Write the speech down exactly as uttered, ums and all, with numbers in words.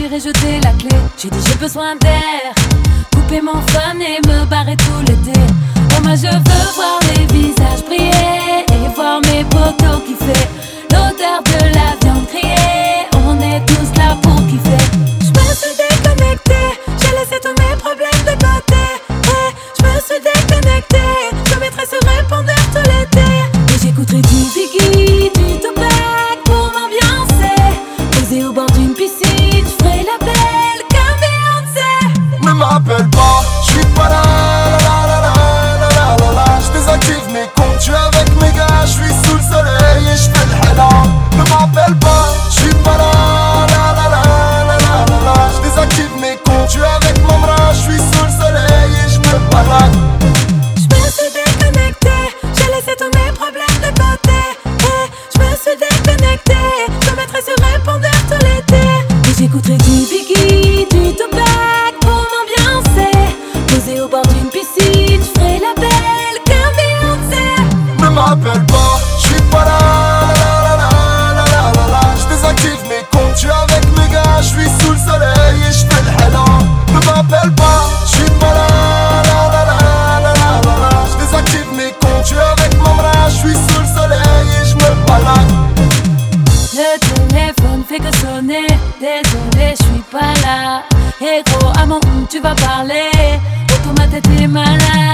préféré jeter la clé. J'ai dit j'ai besoin d'air, couper mon fun et me barrer tout l'été. Oh moi je veux voir les visages briller et voir mes potos kiffer. L'odeur de la viande grillée, on est tous là pour kiffer. Je me suis déconnectée, j'ai laissé tous mes problèmes de côté. Hey, je me suis déconnectée, je me mettrai sur répondeur tout l'été. Et j'écouterai du Biggie, du Tupac pour m'ambiancer. Posé au bord d'une piscine, je ferai la belle comme Beyoncé. Ne m'appelle pas, je suis pas là, la la la la la la la. Je désactive mes comptes, je suis avec mes gars, je suis sous le soleil et je fais le héla. Ne m'appelle pas, je suis pas là, la la la la la la la. Je désactive mes comptes, je suis avec mon bras, je suis sous le soleil et je me balade. Je me suis déconnectée, j'ai laissé tous mes problèmes de côté. Hey, je me suis déconnectée, je me mettrai sur répondeur tout l'été. Et j'écouterai du Biggie, du Tupac pour m'ambiancer. Posé au bord d'une piscine, je ferai la belle comme Beyoncé. Ne m'appelle pas, je suis pas là, la la la la la la la. Je désactive mes comptes, je suis avec mes gars, je suis sous le soleil et je fais le héla. Ne m'appelle pas, je suis pas là, la la la la la la la. Je désactive mes comptes, je suis avec mon bras, je suis sous le soleil et je me balade. Le téléphone fait que sonner, désolé je suis pas là. Et gros à mon hum, tu vas parler, autour ma tête est malade.